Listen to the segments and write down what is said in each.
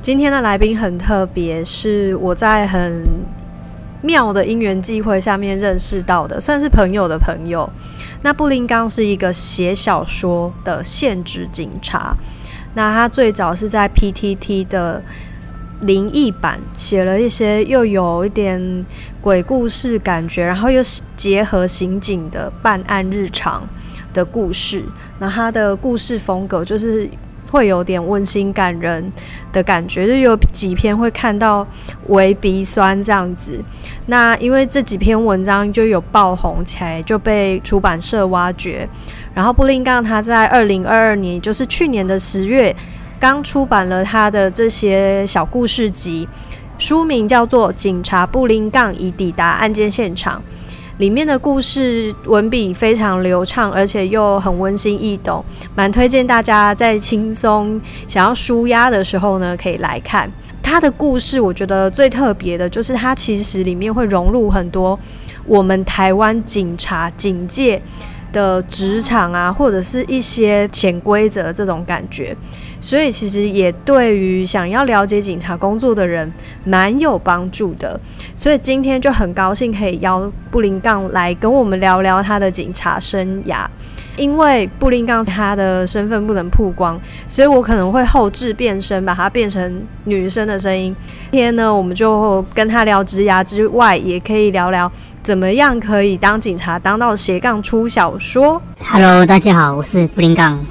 今天的来宾很特别，是我在很妙的因缘际会下面认识到的，算是朋友的朋友。那布林刚是一个写小说的现职警察，那他最早是在 PTT 的灵异版写了一些又有一点鬼故事感觉，然后又结合刑警的办案日常的故事。那他的故事风格就是会有点温馨感人的感觉，就有几篇会看到微鼻酸这样子。那因为这几篇文章就有爆红起来，就被出版社挖掘。然后布林刚他在2022年，就是去年的10月，刚出版了他的这些小故事集，书名叫做《警察布林刚已抵达案件现场》。里面的故事文笔非常流畅，而且又很温馨易懂，蛮推荐大家在轻松想要抒压的时候呢，可以来看。他的故事我觉得最特别的就是他其实里面会融入很多我们台湾警察警界的职场啊，或者是一些潜规则这种感觉，所以其实也对于想要了解警察工作的人蛮有帮助的。所以今天就很高兴可以邀布林刚来跟我们聊聊他的警察生涯。因为布林刚他的身份不能曝光，所以我可能会后置变声，把它变成女生的声音。今天呢，我们就跟他聊职涯之外，也可以聊聊怎么样可以当警察当到斜杠出小说。 Hello， 大家好，我是布林刚。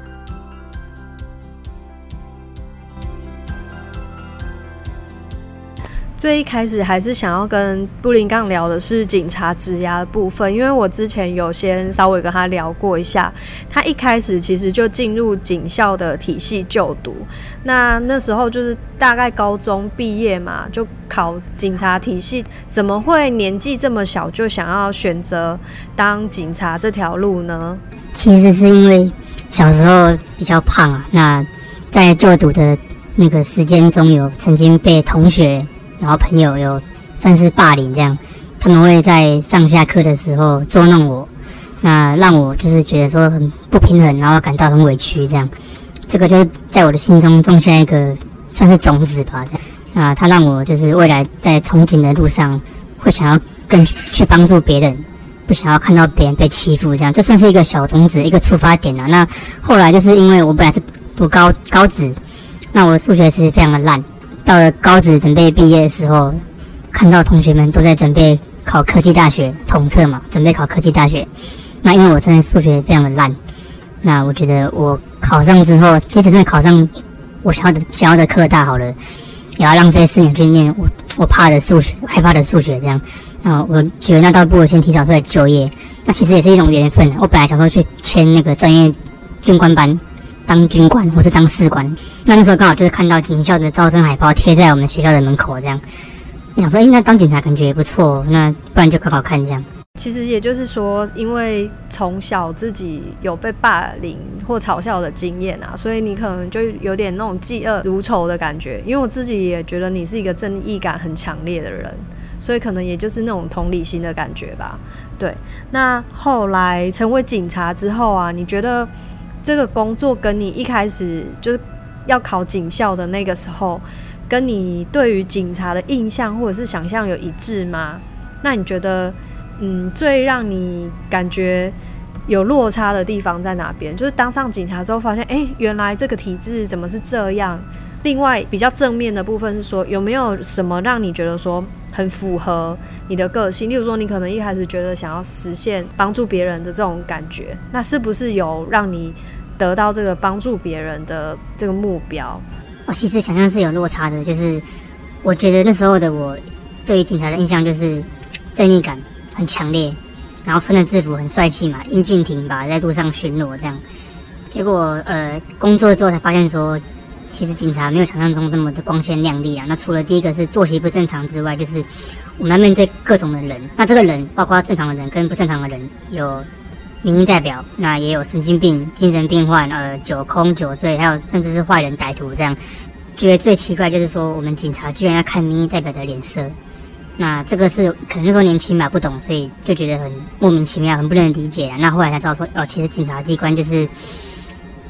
最一开始还是想要跟布林刚聊的是警察职涯的部分，因为我之前有先稍微跟他聊过一下，他一开始其实就进入警校的体系就读，那时候就是大概高中毕业嘛，就考警察体系，怎么会年纪这么小就想要选择当警察这条路呢？ 其实是因为小时候比较胖啊，那在就读的那个时间中，有曾经被同学然后朋友有算是霸凌这样，他们会在上下课的时候捉弄我，那让我就是觉得说很不平衡，然后感到很委屈这样。这个就是在我的心中种下一个算是种子吧这样。那它让我就是未来在从警的路上会想要更去帮助别人，不想要看到别人被欺负这样。这算是一个小种子，一个出发点啊。那后来就是因为我本来是读高职，那我的数学其实非常的烂。到了高职准备毕业的时候，看到同学们都在准备考科技大学统测嘛，准备考科技大学。那因为我真的数学非常的烂，那我觉得我考上之后，即使真的考上我想要的科大好了，也要浪费4年去念我怕的数学，害怕的数学这样。那我觉得那倒不如先提早出来就业。那其实也是一种缘分。我本来想说去签那个专业军官班，当军官或是当士官。那时候刚好就是看到警校的招生海报贴在我们学校的门口这样，我想说那当警察感觉也不错，那不然就考考看这样。 其实也就是说，因为从小自己有被霸凌或嘲笑的经验啊，所以你可能就有点那种嫉恶如仇的感觉。因为我自己也觉得你是一个正义感很强烈的人，所以可能也就是那种同理心的感觉吧。对，那后来成为警察之后啊，你觉得这个工作跟你一开始就是要考警校的那个时候，跟你对于警察的印象或者是想象有一致吗？那你觉得最让你感觉有落差的地方在哪边？就是当上警察之后发现原来这个体制怎么是这样。另外比较正面的部分是说，有没有什么让你觉得说很符合你的个性？例如说你可能一开始觉得想要实现帮助别人的这种感觉，那是不是有让你得到这个帮助别人的这个目标？ 其实想象是有落差的，就是我觉得那时候的我对于警察的印象就是正义感很强烈，然后穿着制服很帅气嘛，英俊挺拔，在路上巡逻这样。结果工作之后才发现说，其实警察没有想象中这么的光鲜亮丽啊。那除了第一个是作息不正常之外，就是我们要面对各种的人。那这个人包括正常的人跟不正常的人，有民意代表，那也有神经病、精神病患、酒空、酒醉，还有甚至是坏人、歹徒这样。觉得最奇怪就是说，我们警察居然要看民意代表的脸色。那这个是可能那时候年轻吧，不懂，所以就觉得很莫名其妙，很不能理解啊。那后来才知道说，其实警察机关就是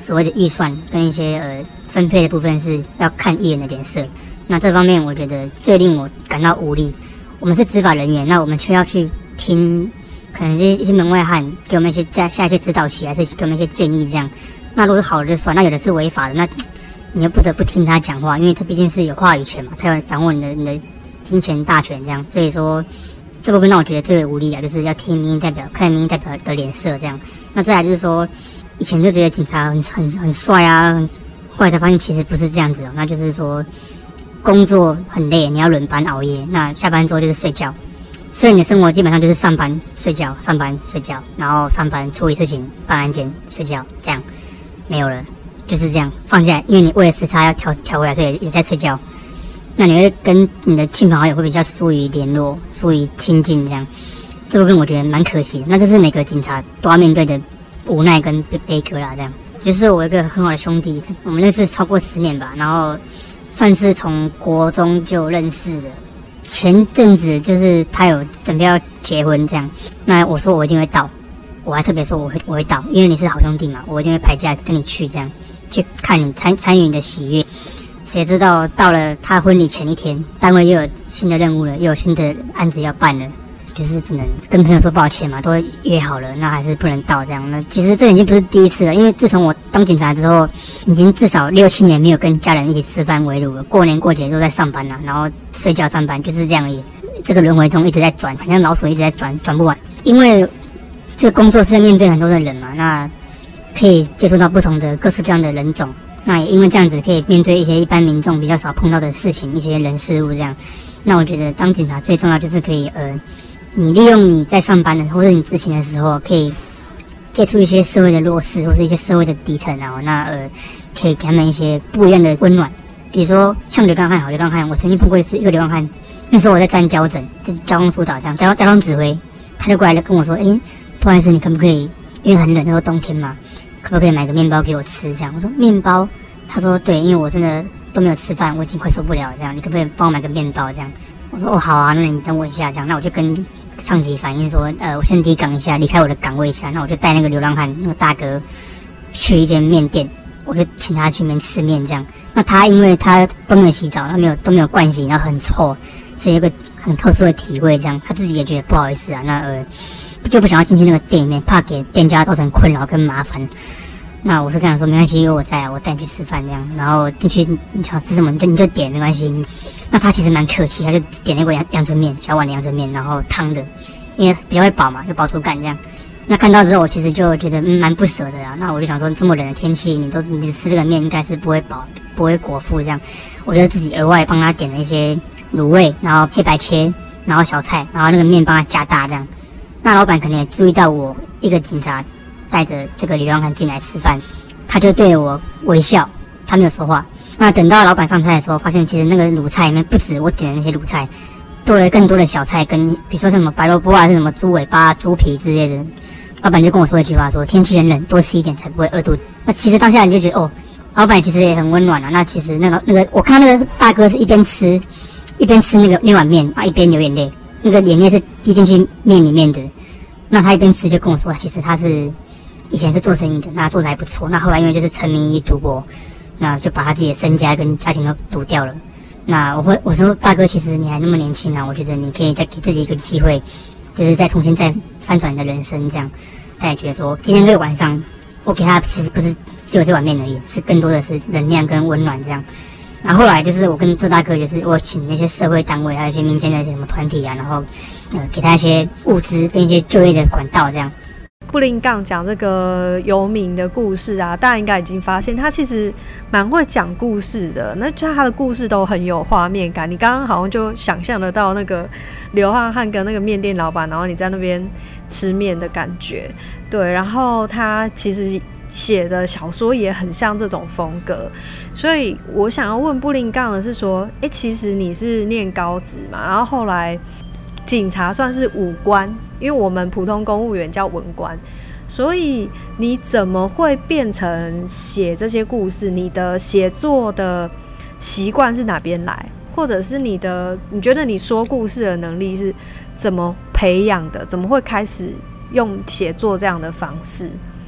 所谓的预算跟一些分配的部分是要看艺人的脸色。那这方面我觉得最令我感到无力。我们是执法人员，那我们却要去听可能一些门外汉给我们一些下一些指导棋，还是给我们一些建议这样。那如果是好的就算，那有的是违法的，那你又不得不听他讲话，因为他毕竟是有话语权嘛，他要掌握你的金钱大权这样。所以说这部分让我觉得最为无力啊，就是要听民意代表，看民意代表的脸色这样。那再来就是说，以前就觉得警察很帅啊，后来才发现其实不是这样子那就是说工作很累，你要轮班熬夜，那下班之后就是睡觉，所以你的生活基本上就是上班睡觉，上班睡觉，然后上班处理事情，办案件睡觉，这样没有了，就是这样放假，因为你为了时差要调回来，所以一直在睡觉。那你会跟你的亲朋好友会比较疏于联络，疏于亲近这样，这部分我觉得蛮可惜的。那这是每个警察都要面对的无奈跟悲歌啦，这样。就是我一个很好的兄弟，我们认识超过10年吧，然后算是从国中就认识的。前阵子就是他有准备要结婚这样，那我说我一定会到，我还特别说我会到，因为你是好兄弟嘛，我一定会排假跟你去这样，去看你参与你的喜悦。谁知道到了他婚礼前一天，单位又有新的任务了，又有新的案子要办了，就是只能跟朋友说抱歉嘛，都约好了，那还是不能到这样。那其实这已经不是第一次了，因为自从我当警察之后，已经至少6-7年没有跟家人一起吃饭围炉了，过年过节都在上班啦，然后睡觉上班，就是这样而已。这个轮回中一直在转，好像老鼠一直在转不完。因为这个工作是在面对很多的人嘛，那可以接触到不同的各式各样的人种。那也因为这样子可以面对一些一般民众比较少碰到的事情，一些人事物这样。那我觉得当警察最重要就是可以你利用你在上班的或者你执勤的时候，可以接触一些社会的弱势或是一些社会的底层啊，那可以给他们一些不一样的温暖。比如说像流浪汉，流浪汉我曾经碰过一个流浪汉，那时候我在站交诊，就交通疏导这样，交通指挥，他就过来跟我说，不好意思，你可不可以，因为很冷，那时候冬天嘛，可不可以买个面包给我吃这样？我说面包，他说对，因为我真的都没有吃饭，我已经快受不了了这样，你可不可以帮我买个面包这样？我说好啊，那你等我一下这样。那我就跟上级反映说，我先离岗一下，离开我的岗位一下。那我就带那个流浪汉那个大哥去一间面店，我就请他去那边吃面这样。那他因为他都没有洗澡，都没有盥洗，然后很臭，所以有个很特殊的体会这样。他自己也觉得不好意思啊，那就不想要进去那个店里面，怕给店家造成困扰跟麻烦。那我是跟他说没关系，因为我在，我带你去吃饭这样。然后进去你想吃什么你就点没关系。那他其实蛮客气，他就点那个阳春面，小碗的阳春面，然后汤的，因为比较会饱嘛，就饱足感这样。那看到之后我其实就觉得蛮不舍的啊。那我就想说这么冷的天气，你只吃这个面应该是不会饱，不会果腹这样。我就自己额外帮他点了一些卤味，然后黑白切，然后小菜，然后那个面帮他加大这样。那老板可能也注意到我一个警察带着这个流浪汉进来吃饭，他就对我微笑，他没有说话。那等到老板上菜的时候，发现其实那个卤菜里面不止我点的那些卤菜，多了更多的小菜，跟比如说什么白萝卜啊，是什么猪尾巴、猪皮之类的。老板就跟我说一句话说，天气很冷，多吃一点才不会饿肚子。那其实当下你就觉得老板其实也很温暖啊。那其实那个我看到那个大哥是一边吃那碗面啊，一边流眼泪，那个眼泪是滴进去面里面的。那他一边吃就跟我说，其实他是以前是做生意的，那做得还不错。那后来因为就是沉迷于赌博，那就把他自己的身家跟家庭都赌掉了。那我说大哥，其实你还那么年轻啊，我觉得你可以再给自己一个机会，就是再重新再翻转你的人生这样。他也觉得说，今天这个晚上我给他其实不是只有这碗面而已，是更多的是能量跟温暖这样。然后后来就是我跟这大哥，就是我请那些社会单位还有一些民间的一些什么团体啊，然后给他一些物资跟一些就业的管道这样。 布林杠讲这个游民的故事啊，大家应该已经发现他其实蛮会讲故事的，那就他的故事都很有画面感。你刚刚好像就想象得到那个流浪汉跟那个面店老板，然后你在那边吃面的感觉。对，然后他其实写的小说也很像这种风格，所以我想要问布林杠的是说，其实你是念高职嘛，然后后来警察算是武官，因为我们普通公务员叫文官，所以你怎么会变成写这些故事？你的写作的习惯是哪边来？或者是你觉得你说故事的能力是怎么培养的？怎么会开始用写作这样的方式？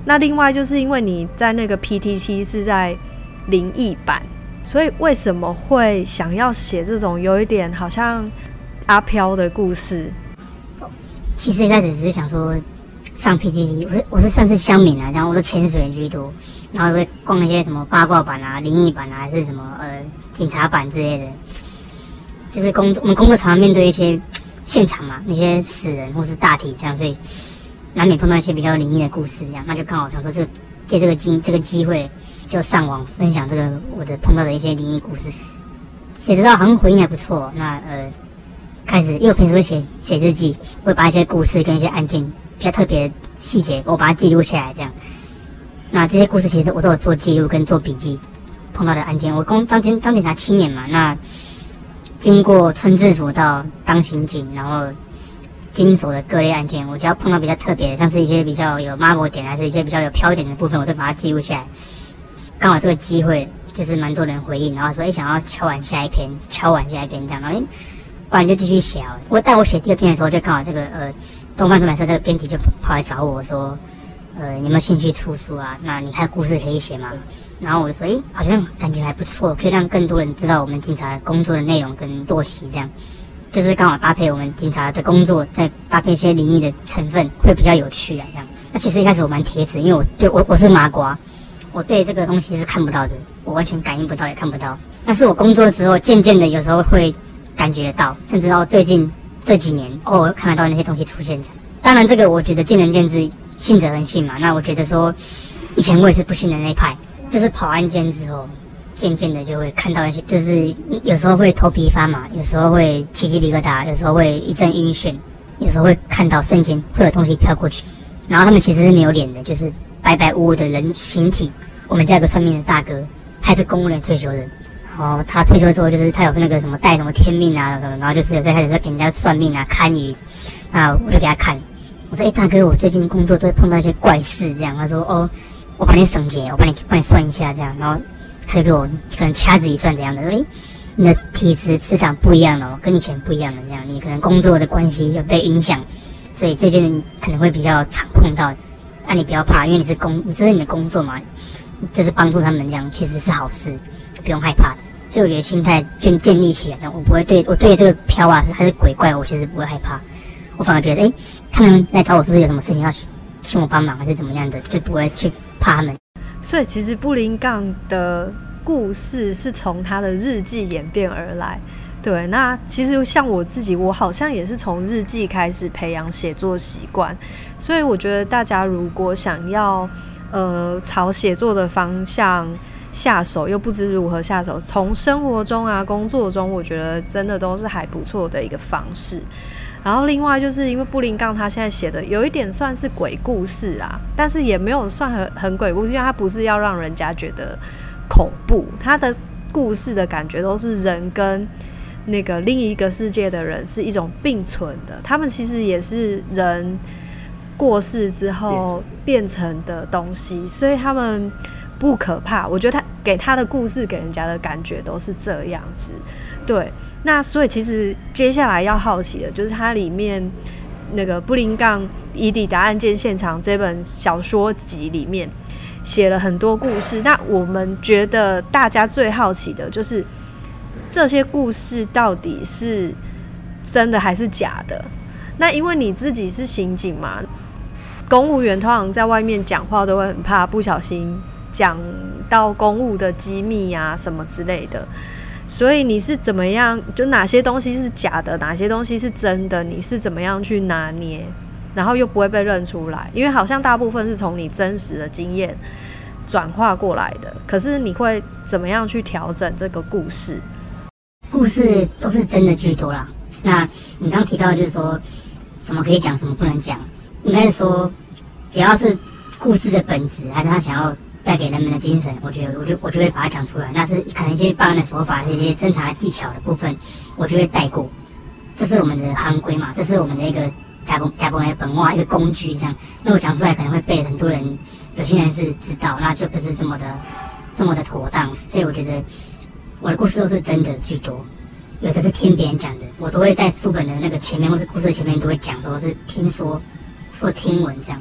那另外就是因为你在那个 PTT 是在灵异版，所以为什么会想要写这种有一点好像阿飘的故事？ 其实一开始只是想说上 PTT， 我是算是乡民啊，这样我都潜水居多，然后会逛一些什么八卦版啊、灵异版啊，还是什么警察版之类的。就是我们工作常常面对一些现场嘛，那些死人或是大体这样，所以难免碰到一些比较灵异的故事这样。那就刚好想说借这个机会，就上网分享这个我的碰到的一些灵异故事。谁知道好像回应还不错。那开始因为我平时会写日记，会把一些故事跟一些案件比较特别的细节，我把它记录下来这样。那这些故事其实我都有做记录跟做笔记，碰到的案件。我当警察7年嘛，那经过穿制服到当刑警，然后经手的各类案件，我只要碰到比较特别的，像是一些比较有 marble 点，还是一些比较有飘点的部分，我都把它记录下来。刚好这个机会，就是蛮多人回应，然后说想要敲完下一篇这样，然后不然就继续写啊。但我写第2篇的时候，就刚好这个动漫出版社这个编辑就跑来找我说，你有没有兴趣出书啊？那你还有故事可以写吗？然后我就说，好像感觉还不错，可以让更多人知道我们警察工作的内容跟作息，这样就是刚好搭配我们警察的工作，再搭配一些灵异的成分，会比较有趣啊。这样，那其实一开始我蛮铁齿，因为我是麻瓜，我对这个东西是看不到的，我完全感应不到，也看不到。但是我工作之后，渐渐的有时候会感觉得到，甚至到最近这几年，偶尔看得到那些东西出现。当然，这个我觉得见仁见智，信者恒信嘛。那我觉得说，以前我也是不信的那一派。就是跑案件之后，渐渐的就会看到一些，就是有时候会头皮发麻，有时候会起鸡皮疙瘩，有时候会一阵晕眩，有时候会看到瞬间会有东西飘过去，然后他们其实是没有脸的，就是白白无的人形体。我们家有个算命的大哥，他是公务员退休的，然后他退休之后就是他有那个什么带什么天命啊，然后就是有在开始在给人家算命啊、看运，那我就给他看，我说大哥，我最近工作都会碰到一些怪事这样，他说我帮你省钱，我帮你算一下这样，然后他就给我可能掐指一算怎样的，说你的体质磁场不一样了，跟以前不一样了，这样你可能工作的关系有被影响，所以最近可能会比较常碰到。你不要怕，因为这是你的工作嘛，就是帮助他们这样，其实是好事，就不用害怕。所以我觉得心态建立起来，这样我不会对这个飘啊还是鬼怪，我其实不会害怕，我反而觉得他们来找我是不是有什么事情要请我帮忙，还是怎么样的，就不会去怕他们。 所以其实布林杠的故事是从他的日记演变而来。对，那其实像我自己，我好像也是从日记开始培养写作习惯，所以我觉得大家如果想要朝写作的方向下手，又不知如何下手，从生活中啊、工作中，我觉得真的都是还不错的一个方式。然后另外就是因为布林杠他现在写的有一点算是鬼故事啦，但是也没有算很鬼故事，因为他不是要让人家觉得恐怖，他的故事的感觉都是人跟那个另一个世界的人是一种并存的，他们其实也是人过世之后变成的东西，所以他们不可怕。我觉得他的故事给人家的感觉都是这样子。对，那所以其实接下来要好奇的就是它里面那个布林杠已抵达案件现场这本小说集里面写了很多故事，那我们觉得大家最好奇的就是这些故事到底是真的还是假的。那因为你自己是刑警嘛，公务员通常在外面讲话都会很怕不小心讲到公务的机密啊什么之类的，所以你是怎么样，就哪些东西是假的，哪些东西是真的，你是怎么样去拿捏，然后又不会被认出来？因为好像大部分是从你真实的经验转化过来的，可是你会怎么样去调整这个故事？ 故事都是真的居多啦。那你刚提到就是说什么可以讲，什么不能讲，应该是说只要是故事的本质，还是他想要带给人们的精神，我就会把它讲出来。那是可能一些办案的手法，一些侦查技巧的部分，我就会带过。这是我们的行规嘛，这是我们的一个加工的本话，一个工具这样。那我讲出来可能会被很多人，有些人是知道，那就不是这么的妥当。所以我觉得我的故事都是真的居多，有的是听别人讲的，我都会在书本的那个前面或是故事的前面都会讲说是听说或听闻这样。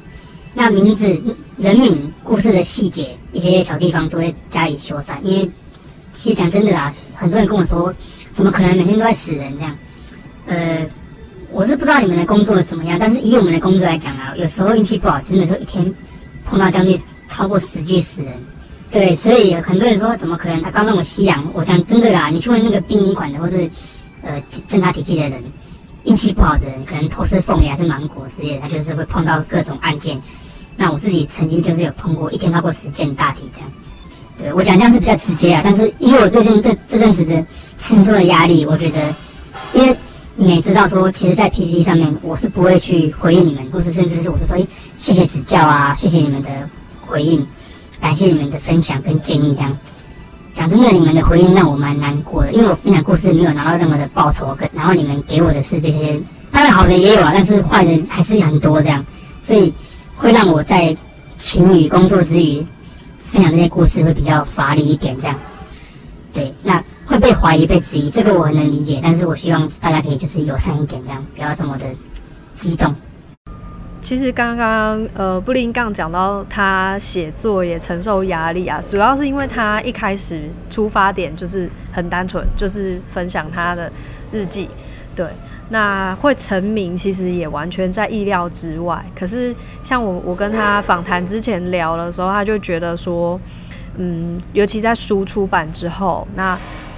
那名字、人名、故事的细节，一些小地方都会加以修缮。因为其实讲真的啦，很多人跟我说，怎么可能每天都在死人这样？我是不知道你们的工作怎么样，但是以我们的工作来讲啊，有时候运气不好，真的是一天碰到将近超过10具死人。对，所以很多人说怎么可能？他刚让我吸氧，我讲真的啦，你去问那个殡仪馆的或是侦查体系的人，运气不好的人，可能偷吃凤梨还是芒果之类的，他就是会碰到各种案件。那我自己曾经就是有碰过一天超过10件大体这样。对，我讲这样是比较直接啊，但是以我最近这阵子的承受的压力，我觉得，因为你们也知道说，其实，在 PTT 上面我是不会去回应你们，或是甚至是我是说，谢谢指教啊，谢谢你们的回应，感谢你们的分享跟建议这样。讲真的，你们的回应让我蛮难过的，因为我分享故事没有拿到任何的报酬，然后你们给我的是这些，当然好的也有啊，但是坏的还是很多这样，所以会让我在勤于工作之余分享这些故事会比较乏力一点这样。对，那会被怀疑、被质疑，这个我很能理解，但是我希望大家可以就是友善一点这样，不要这么的激动。 其实刚刚布林刚讲到他写作也承受压力啊，主要是因为他一开始出发点就是很单纯，就是分享他的日记。对，那会成名其实也完全在意料之外。可是像我跟他访谈之前聊的时候，他就觉得说，尤其在书出版之后，那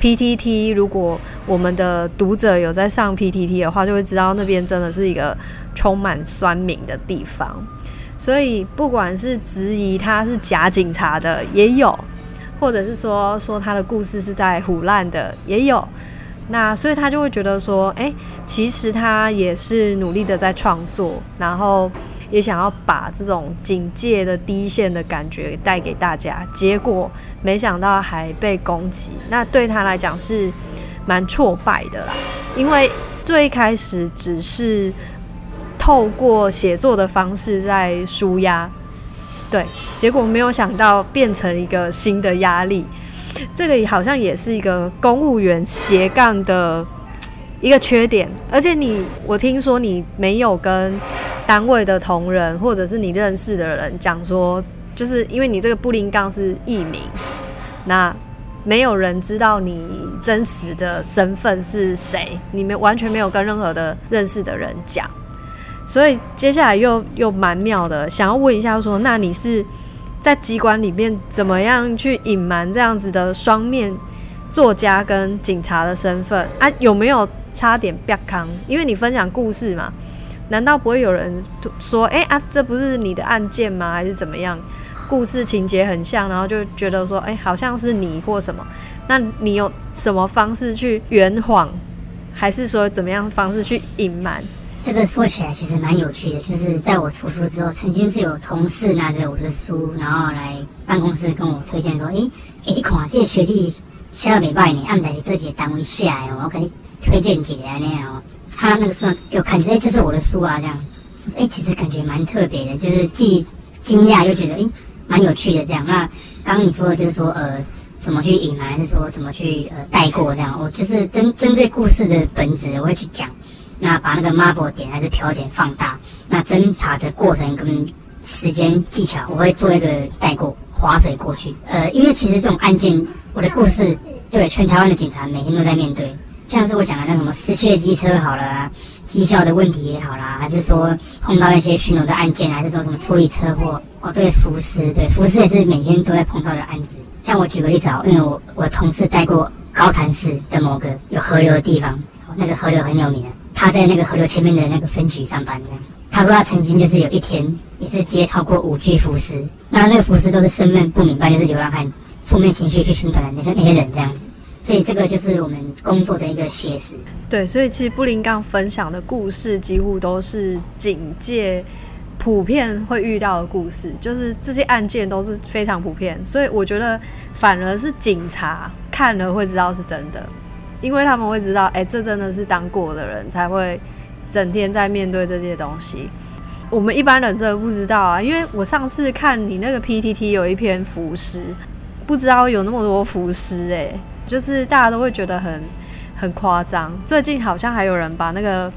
PTT 如果我们的读者有在上 PTT 的话，就会知道那边真的是一个充满酸民的地方。所以不管是质疑他是假警察的也有，或者是说他的故事是在唬烂的也有。那所以他就会觉得说，其实他也是努力的在创作，然后也想要把这种警戒的第一线的感觉带给大家，结果没想到还被攻击，那对他来讲是蛮挫败的啦。因为最开始只是透过写作的方式在抒压，对，结果没有想到变成一个新的压力。这个好像也是一个公务员斜杠的一个缺点，而且我听说你没有跟单位的同仁或者是你认识的人讲说，就是因为你这个布林杠是艺名，那没有人知道你真实的身份是谁，你们完全没有跟任何的认识的人讲，所以接下来又蛮妙的，想要问一下说，那你是在机关里面怎么样去隐瞒这样子的双面作家跟警察的身份啊？有没有差点被康？因为你分享故事嘛，难道不会有人说，这不是你的案件吗？还是怎么样？故事情节很像，然后就觉得说，好像是你或什么？那你有什么方式去圆谎，还是说怎么样方式去隐瞒？ 这个说起来其实蛮有趣的，就是在我出书之后，曾经是有同事拿着我的书，然后来办公室跟我推荐说，你看这个学弟写得不错呢，按在是这些单位写的，我给你推荐几个那样。他那个书给我看，就这是我的书啊，这样。我说其实感觉蛮特别的，就是既惊讶又觉得蛮有趣的这样。那刚刚你说的就是说怎么去隐瞒，还是说怎么去带过这样？我就是针对故事的本质，我会去讲。那把那个 marble 点还是漂点放大，那侦查的过程跟时间技巧，我会做一个带过划水过去。因为其实这种案件，我的故事对全台湾的警察每天都在面对，像是我讲的那什么失窃机车好了啊，绩效的问题也好啦，还是说碰到那些巡逻的案件，还是说什么处理车祸对福斯也是每天都在碰到的案子。像我举个例子因为我同事带过高潭市的某个有河流的地方，那个河流很有名的。他在那个河流前面的那个分局上班，这样。他说他曾经就是有一天也是接超过5具浮尸，那个浮尸都是身份不明白，就是流浪汉，负面情绪去宣传的那些人这样子。所以这个就是我们工作的一个写实。 对，所以其实布林刚分享的故事几乎都是警界普遍会遇到的故事，就是这些案件都是非常普遍，所以我觉得反而是警察看了会知道是真的。因为他们会知道，这真的是当过的人才会整天在面对这些东西。我们一般人真的不知道啊，因为我上次看你那个 PTT 有一篇浮尸，不知道有那么多浮尸就是大家都会觉得很夸张。最近好像还有人把那个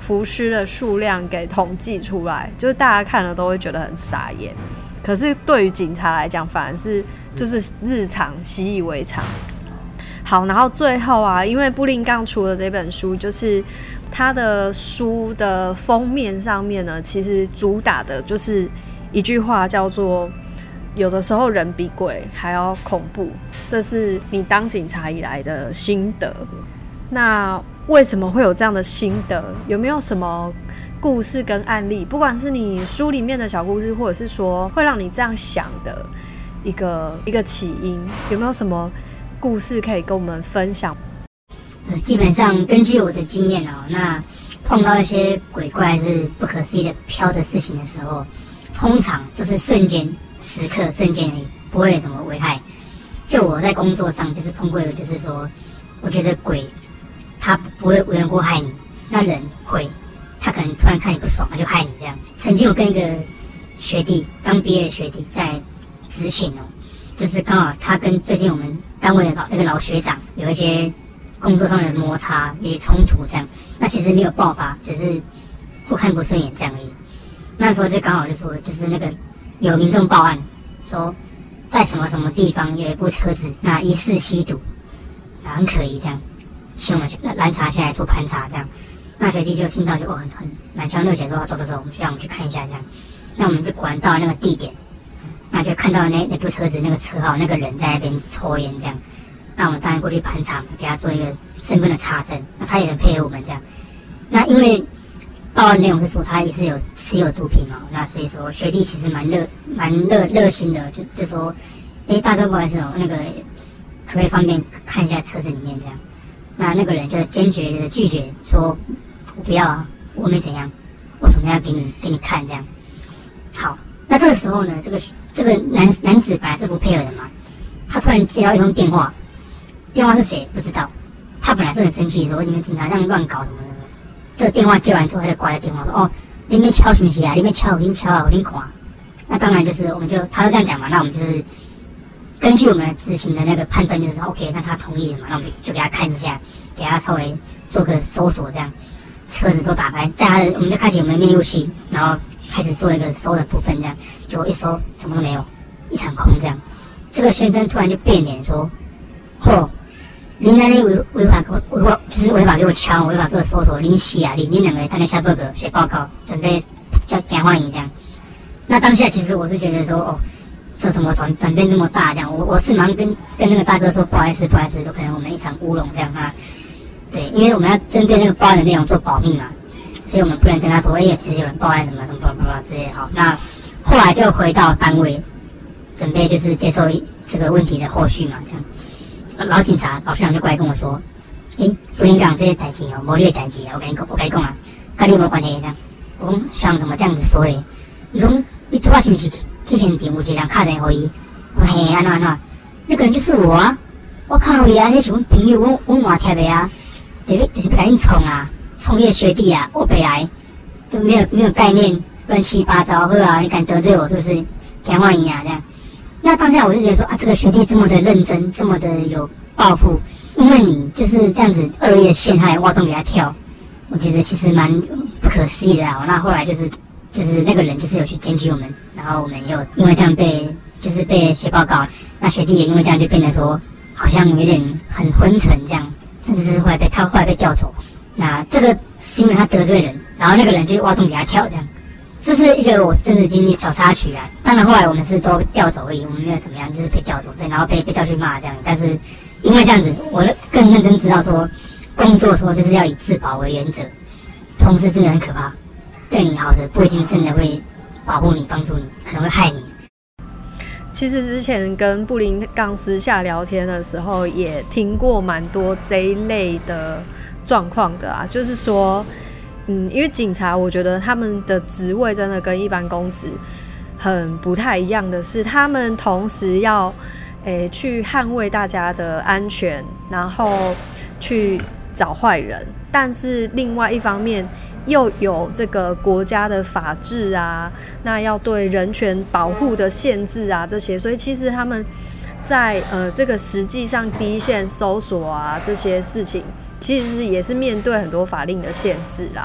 浮尸的数量给统计出来，就是大家看了都会觉得很傻眼。可是对于警察来讲，反而是就是日常习以为常。好，然后最后啊，因为布林刚出了这本书，就是他的书的封面上面呢，其实主打的就是一句话，叫做“有的时候人比鬼还要恐怖”，这是你当警察以来的心得。那为什么会有这样的心得？有没有什么故事跟案例？不管是你书里面的小故事，或者是说会让你这样想的一个起因，有没有什么故事可以跟我们分享？ 基本上根据我的经验那碰到一些鬼怪是不可思议的飘的事情的时候，通常都是瞬间时刻瞬间而已，不会有什么危害。就我在工作上就是碰过一个，就是说我觉得鬼他不会无缘故害你，那人会，他可能突然看你不爽，他就害你这样。曾经有跟一个学弟，刚毕业的学弟在执勤就是刚好他跟最近我们单位的那个老学长有一些工作上的摩擦，有些冲突这样。那其实没有爆发，只是互看不顺眼这样而已。那时候就刚好就说，就是那个有民众报案说，在什么什么地方有一部车子，那疑似吸毒，很可疑这样，请我们去拦查下来做盘查这样。那学弟就听到就很满腔热血说走，我们让我们去看一下这样。那我们就果然到了那个地点，那就看到那部车子那个车号，那个人在那边抽烟这样。那我们当然过去盘查，给他做一个身份的查证。那他也很配合我们这样。那因为报案内容是说他也是有持有毒品那所以说学弟其实蛮热心的，就说，大哥不好意思那个可不可以方便看一下车子里面这样？那个人就坚决的拒绝说，我不要啊，我没怎样，为什么要给你看这样？好，那这个时候呢，这个男子本来是不配合的嘛，他突然接到一通电话是谁不知道，他本来是很生气，说你们警察这样乱搞什么的。这个电话接完之后，他就挂了电话说：“哦，你们敲什么戏啊？你们敲，我看。”那当然就是他都这样讲嘛，那我们就是根据我们执行的那个判断，就是 OK， 那他同意了嘛，那我们就给他看一下，给他稍微做个搜索，这样车子都打开，我们就开启我们的灭路器，然后开始做一个搜的部分，这样就一搜什么都没有，一场空这样。这个先生突然就变脸说：“您那里违法给我敲，违法给我搜索，您死啊！您两个他在下报告写报告，准备叫检欢迎这样。”那当下其实我是觉得说，这怎么转变这么大这样？我是忙跟那个大哥说，不好意思，有可能我们一场乌龙这样啊。对，因为我们要针对那个报案的内容做保密嘛，所以我们不能跟他说，其实有人报案什么之类的。好，那后来就回到单位，准备就是接受这个问题的后续嘛，这样。老警察老学长就过来跟我说：“不能讲这些代志无你的代志我跟你讲啊，跟你没关系这样。”我讲学长怎么这样子说嘞？伊讲你拄仔是不是去现场有一个人打电话给伊？我嘿安怎？那个人就是我啊！我靠伊啊，那是阮朋友，我换贴的啊，就是不甲恁冲啊，冲你的学弟啊，我北来都没有概念，乱七八糟，好啊，你敢得罪我是不是？检欢迎啊这样。那当下我就觉得说这个学弟这么的认真，这么的有抱负，因为你就是这样子恶意的陷害，挖洞给他跳，我觉得其实蛮不可思议的啊。那后来就是那个人就是有去检举我们，然后我们也有因为这样被写报告，那学弟也因为这样就变得说好像有点很昏沉这样，甚至是后来被调走。那这个是因为他得罪人，然后那个人就挖洞给他跳这样。这是一个我真实经历小插曲啊，当然后来我们是都调走而已，我们没有怎么样，就是被调走，对，然后被叫去骂这样。但是因为这样子，我更认真知道说，工作的时候就是要以自保为原则，同事真的很可怕，对你好的不一定真的会保护你、帮助你，可能会害你。 其实之前跟布林刚私下聊天的时候，也听过蛮多这一类的状况的啊，就是说。因为警察，我觉得他们的职位真的跟一般公司很不太一样的是，他们同时要去捍卫大家的安全，然后去找坏人，但是另外一方面又有这个国家的法治啊，那要对人权保护的限制啊这些，所以其实他们在这个实际上第一线搜索啊这些事情。其实也是面对很多法令的限制啦。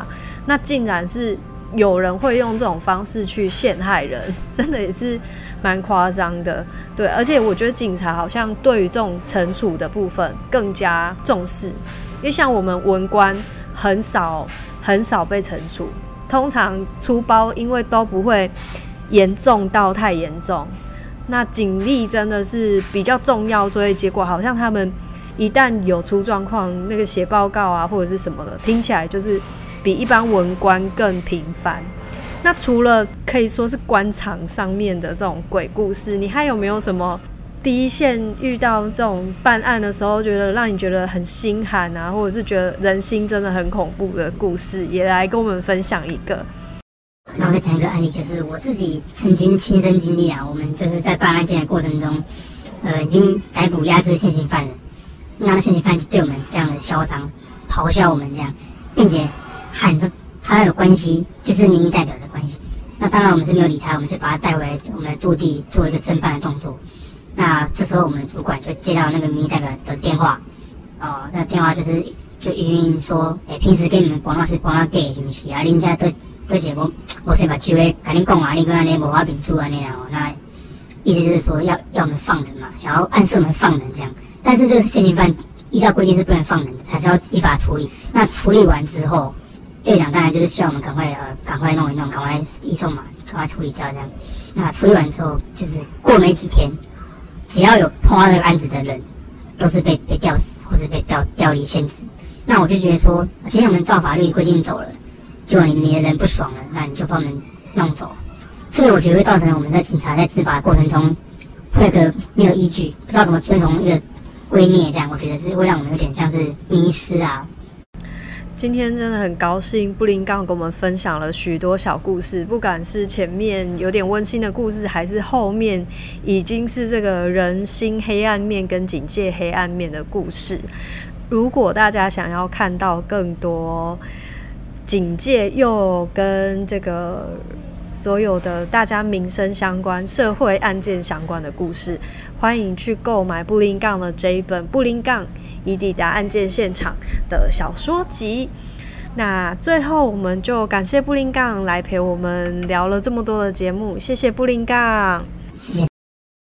那竟然是有人会用这种方式去陷害人，真的也是蛮夸张的。对，而且我觉得警察好像对于这种惩处的部分更加重视，因为像我们文官很少被惩处，通常出包因为都不会严重到太严重，那警力真的是比较重要，所以结果好像他们一旦有出状况，那个写报告啊或者是什么的，听起来就是比一般文官更频繁。那除了可以说是官场上面的这种鬼故事，你还有没有什么第一线遇到这种办案的时候觉得让你觉得很心寒啊，或者是觉得人心真的很恐怖的故事，也来跟我们分享一个？ 那我再讲一个案例，就是我自己曾经亲身经历啊。我们就是在办案件的过程中，已经逮捕压制现行犯了。那现行犯就对我们非常的嚣张，咆哮我们这样，并且喊着他有关系，就是民意代表的关系。那当然我们是没有理他，我们就把他带回来我们的驻地做一个侦办的动作。那这时候我们的主管就接到那个民意代表的电话，那电话就语音说，平时给你们帮老师帮他给是不是啊？人家都是无先把机会跟你讲啊，你跟安尼无法民主安尼啦。那意思就是说要我们放人嘛，想要暗示我们放人这样。但是这个现行犯依照规定是不能放人的，还是要依法处理。那处理完之后，队长当然就是希望我们赶快弄一弄，赶快移送嘛，赶快处理掉这样。那处理完之后，就是过没几天，只要有碰到这个案子的人，都是被调职或是被调离现职。那我就觉得说，既然我们照法律规定走了，结果你的人不爽了，那你就把我们弄走。这个我觉得会造成我们在警察在执法的过程中，会有个没有依据，不知道怎么遵从一个规臬，这样我觉得是会让我们有点像是迷失啊。 今天真的很高兴，布林刚跟我们分享了许多小故事，不管是前面有点温馨的故事，还是后面已经是这个人心黑暗面跟警戒黑暗面的故事。如果大家想要看到更多警戒又跟这个所有的大家民生相关、社会案件相关的故事，欢迎去购买布林刚的这一本《布林刚已抵达案件现场》的小说集。那最后我们就感谢布林刚来陪我们聊了这么多的节目，谢谢布林刚， 谢谢。